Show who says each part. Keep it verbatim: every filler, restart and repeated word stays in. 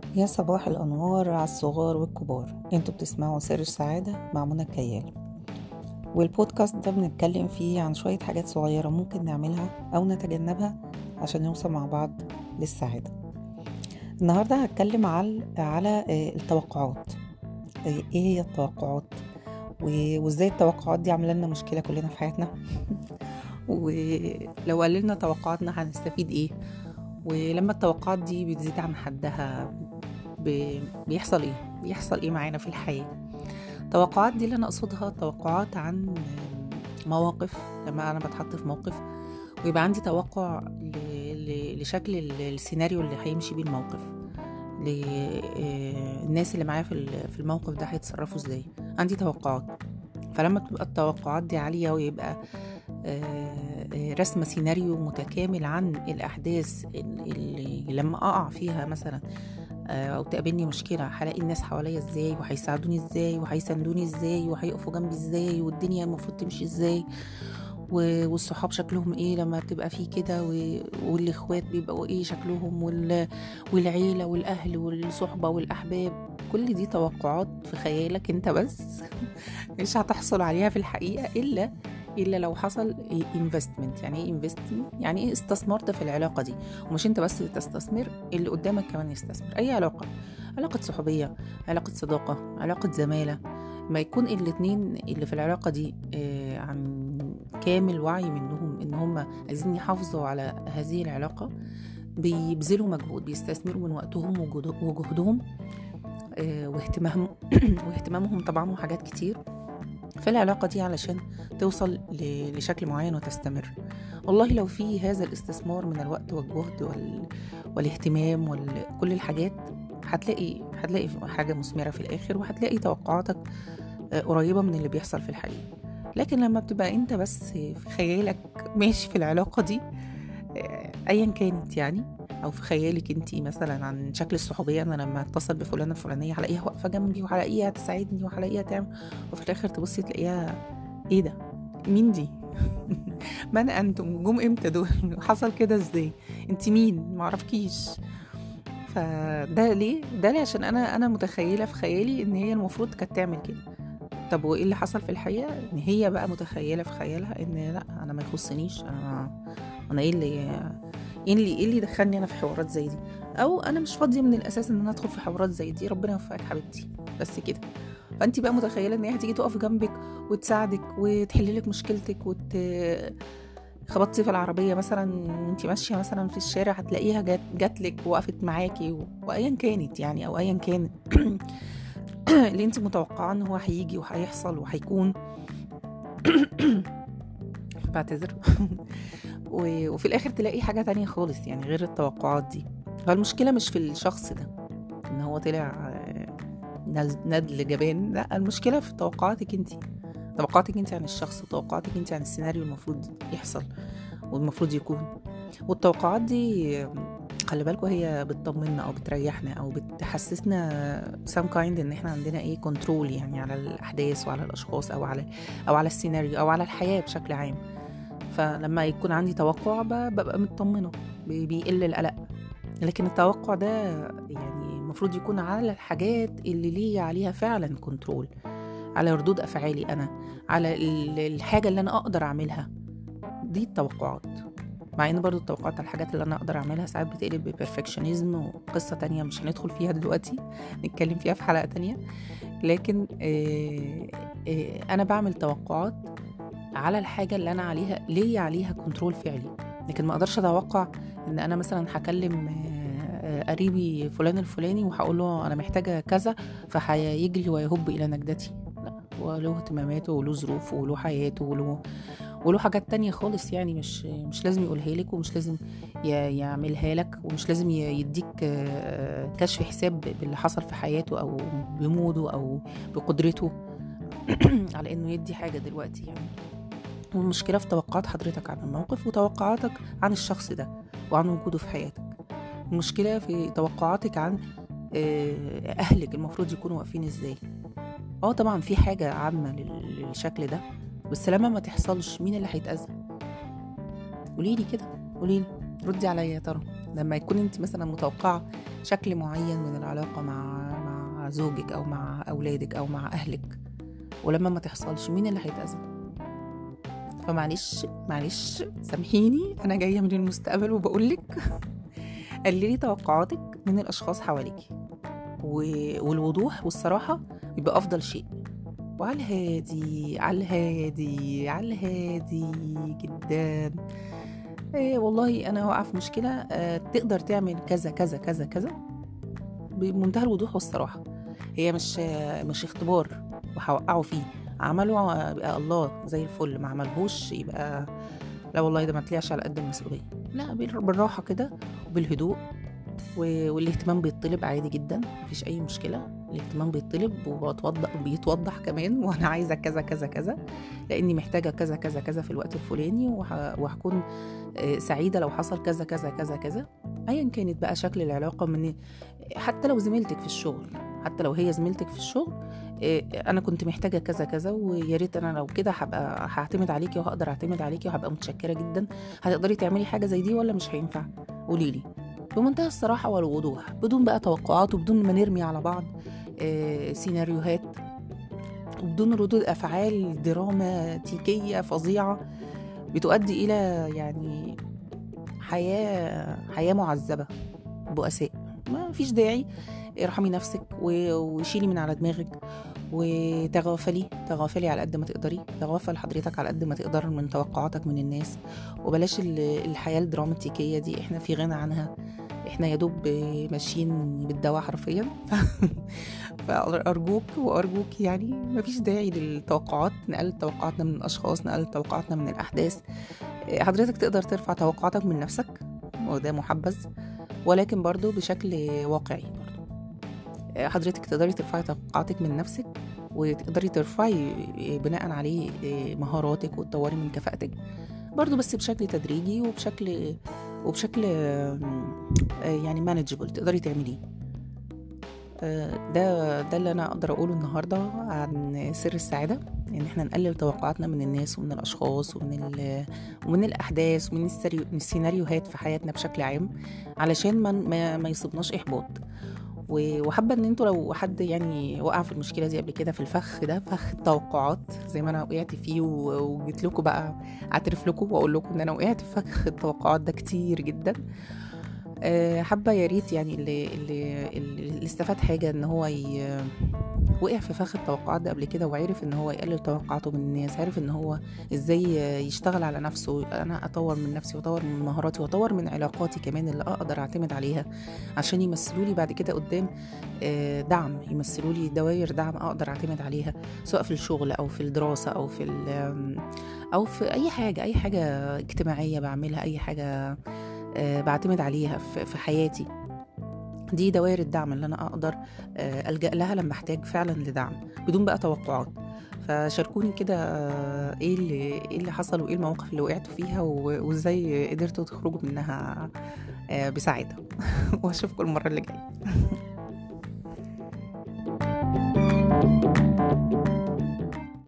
Speaker 1: يا صباح الأنوار على الصغار والكبار، انتوا بتسمعوا سر السعادة مع منى الكيال. والبودكاست ده بنتكلم فيه عن شوية حاجات صغيرة ممكن نعملها أو نتجنبها عشان نوصل مع بعض للسعادة. النهاردة هتكلم على على التوقعات. ايه هي التوقعات وازاي التوقعات دي عامله لنا مشكلة كلنا في حياتنا ولو قللنا توقعاتنا هنستفيد ايه؟ ولما التوقعات دي بتزيد عن حدها بيحصل ايه بيحصل ايه معانا في الحياة. التوقعات دي اللي انا اقصدها توقعات عن مواقف. لما انا بتحط في موقف ويبقى عندي توقع لشكل السيناريو اللي هيمشي بيه الموقف، للناس اللي معايا في الموقف ده هيتصرفوا ازاي. عندي توقعات، فلما تبقى التوقعات دي عالية ويبقى رسم سيناريو متكامل عن الأحداث اللي لما أقع فيها مثلا أو تقابلني مشكلة هلاقي الناس حواليا ازاي وهيساعدوني ازاي وهيساندوني ازاي وهيقفوا جنبي ازاي والدنيا المفروض تمشي ازاي والصحاب شكلهم ايه لما تبقى فيه كده، والاخوات بيبقوا ايه شكلهم، والعيلة والاهل والصحبة والاحباب. كل دي توقعات في خيالك انت بس مش هتحصل عليها في الحقيقة الا إلا لو حصل investment. يعني ايه investment؟ يعني ايه استثمرت في العلاقة دي، ومش انت بس اللي تستثمر، اللي قدامك كمان يستثمر. اي علاقة، علاقة صحوبية، علاقة صداقة، علاقة زمالة، ما يكون الاتنين اللي في العلاقة دي آه عن كامل وعي منهم ان هم عايزين يحافظوا على هذه العلاقة، بيبذلوا مجهود، بيستثمروا من وقتهم وجهدهم آه واهتمامهم واهتمامهم طبعا وحاجات كتير في العلاقة دي علشان توصل لشكل معين وتستمر. والله لو في هذا الاستثمار من الوقت والجهد وال... والاهتمام وكل الحاجات، هتلاقي هتلاقي حاجة مثمرة في الآخر، وهتلاقي توقعاتك قريبة من اللي بيحصل في الحقيقة. لكن لما بتبقى انت بس في خيالك ماشي في العلاقة دي ايا كانت يعني، او في خيالك انت مثلا عن شكل الصحوبيه، انا لما اتصل بفلانه الفلانيه هلاقيها واقفه جنبي وهلاقيها تساعدني وهلاقيها تعمل، وفي الاخر تبصي تلاقيها ايه ده، مين دي؟ من انتم؟ جم امتى دول؟ حصل كده ازاي؟ انت مين؟ معرفكيش. فده ليه؟ ده ليه؟ عشان انا انا متخيله في خيالي ان هي المفروض كانت تعمل كده. طب وايه اللي حصل في الحقيقه؟ ان هي بقى متخيله في خيالها ان لا، انا ما يخصنيش، انا انا ايه اللي ايه اللي ايه اللي دخلني انا في حوارات زي دي، او انا مش فاضيه من الاساس ان انا ادخل في حوارات زي دي. ربنا يوفقك حبيبتي، بس كده. فانت بقى متخيله ان هي هتيجي تقف جنبك وتساعدك وتحل لك مشكلتك، وت خبطتي في العربيه مثلا انت ماشيه مثلا في الشارع هتلاقيها جات جاتلك وقفت معاكي و... وايا كانت يعني، او ايا كان اللي انت متوقعه ان هو هيجي وهيحصل وهيكون. بعتذر. وفي الاخر تلاقي حاجة تانية خالص يعني غير التوقعات دي. فالمشكلة مش في الشخص ده ان هو طلع ندل جبان، لا، المشكلة في توقعاتك انت توقعاتك انت عن الشخص، وتوقعاتك انت عن السيناريو المفروض يحصل والمفروض يكون. والتوقعات دي خلي بالكوا هي بتطمنا او بتريحنا او بتحسسنا some kind ان احنا عندنا ايه كنترول يعني على الاحداث وعلى الاشخاص او على او على السيناريو او على الحياة بشكل عام. فلما يكون عندي توقع ببقى مطمنة، بيقل القلق. لكن التوقع ده يعني المفروض يكون على الحاجات اللي لي عليها فعلا كنترول، على ردود افعالي انا، على الحاجة اللي انا اقدر اعملها. دي التوقعات. مع ان برضو التوقعات على الحاجات اللي انا اقدر اعملها ساعات بتقلب ببرفكشنزم، وقصة تانية مش هندخل فيها دلوقتي، نتكلم فيها في حلقة تانية. لكن آه آه انا بعمل توقعات على الحاجة اللي أنا عليها ليه عليها كنترول فعلي. لكن ما أقدرش أتوقع إن أنا مثلا هكلم قريبي فلان الفلاني وهقول له أنا محتاجة كذا فهيجري ويهب إلى نجدتي. لا، وله اهتماماته وله ظروفه وله حياته وله وله حاجات تانية خالص يعني، مش مش لازم يقولها لك، ومش لازم يعملها لك، ومش لازم يديك كشف حساب باللي حصل في حياته أو بموده أو بقدرته على إنه يدي حاجة دلوقتي يعني. والمشكلة في توقعات حضرتك عن الموقف وتوقعاتك عن الشخص ده وعن وجوده في حياتك. المشكلة في توقعاتك عن أهلك المفروض يكونوا واقفين إزاي. اه طبعا في حاجة عامة للشكل ده، بس لما ما تحصلش مين اللي هيتأذى؟ قوليلي كده، قوليلي، ردي عليا يا ترى. لما يكون انت مثلا متوقعة شكل معين من العلاقة مع مع زوجك او مع اولادك او مع اهلك، ولما ما تحصلش مين اللي هيتأذى؟ فمعلش معلش سامحيني، انا جاية من المستقبل وبقولك قللي توقعاتك من الاشخاص حواليكي، والوضوح والصراحة يبقى افضل شيء. وعلى الهادي على الهادي على الهادي جدا. إيه والله انا واقعه في مشكله، آه تقدر تعمل كذا كذا كذا كذا بمنتهى الوضوح والصراحه. هي مش آه مش اختبار وهوقعه فيه، عمله يبقى الله زي الفل، ما عملهوش يبقى لا والله ده ما طلعش على قد المسؤوليه. لا، بالراحه كده وبالهدوء، والاهتمام بيطلب عادي جدا، مفيش اي مشكله. الاهتمام بيطلب وبتوضح بيتوضح كمان، وانا عايزه كذا كذا كذا لاني محتاجه كذا كذا كذا في الوقت الفلاني، وهكون سعيده لو حصل كذا كذا كذا كذا. ايا كانت بقى شكل العلاقه، من حتى لو زميلتك في الشغل، حتى لو هي زميلتك في الشغل، انا كنت محتاجه كذا كذا، ويا ريت انا لو كده هبقى هعتمد عليكي وهقدر اعتمد عليكي وهبقى متشكره جدا. هتقدري تعملي حاجه زي دي ولا مش هينفع؟ قولي لي بمنتهى الصراحه والوضوح، بدون بقى توقعات وبدون ما نرمي على بعض آه سيناريوهات، وبدون ردود افعال دراماتيكيه فظيعه بتؤدي الى يعني حياه حياه معذبه بؤساء. ما فيش داعي. ارحمي نفسك وشيلي من على دماغك، وتغافلي تغافلي على قد ما تقدري، تغافل حضرتك على قد ما تقدر من توقعاتك من الناس، وبلاش الحياة الدراماتيكية دي، احنا في غنى عنها، احنا يا دوب ماشيين بالدواء حرفيا. فأرجوك وأرجوك يعني مفيش داعي للتوقعات، نقلل توقعاتنا من الأشخاص، نقلل توقعاتنا من الأحداث. حضرتك تقدر ترفع توقعاتك من نفسك وده محبذ، ولكن برضو بشكل واقعي. برضو حضرتك تقدري ترفعي توقعاتك من نفسك، وتقدري ترفعي بناء عليه مهاراتك وتطوري من كفاءتك برضو، بس بشكل تدريجي وبشكل وبشكل يعني مانجبل تقدري تعمليه. ده ده اللي انا اقدر اقوله النهارده عن سر السعاده، ان احنا نقلل توقعاتنا من الناس ومن الاشخاص ومن ومن الاحداث ومن السيناريوهات في حياتنا بشكل عام، علشان ما ما يصيبناش احباط. وحابه ان انتوا لو حد يعني وقع في المشكله دي قبل كده، في الفخ ده، فخ التوقعات زي ما انا وقعت فيه، وجيت لكم بقى اعترف لكم واقول لكم ان انا وقعت في فخ التوقعات ده كتير جدا. حابه يا ريت يعني اللي اللي اللي استفاد حاجه ان هو ي... وقع في فخ التوقعات ده قبل كده، وعرف ان هو يقلل توقعاته من الناس، عرف ان هو ازاي يشتغل على نفسه، انا اطور من نفسي واطور من مهاراتي واطور من علاقاتي كمان اللي اقدر اعتمد عليها عشان يمثلوا لي بعد كده قدام دعم، يمثلوا لي دوائر دعم اقدر اعتمد عليها، سواء في الشغل او في الدراسه او في او في اي حاجه اي حاجه اجتماعيه بعملها، اي حاجه بعتمد عليها في حياتي. دي دوائر الدعم اللي انا اقدر ألجأ لها لما احتاج فعلا لدعم بدون بقى توقعات. فشاركوني كده ايه اللي ايه اللي حصل وايه المواقف اللي وقعتوا فيها، وازاي قدرتوا تخرجوا منها بسعادة. واشوفكم المرة اللي جاية.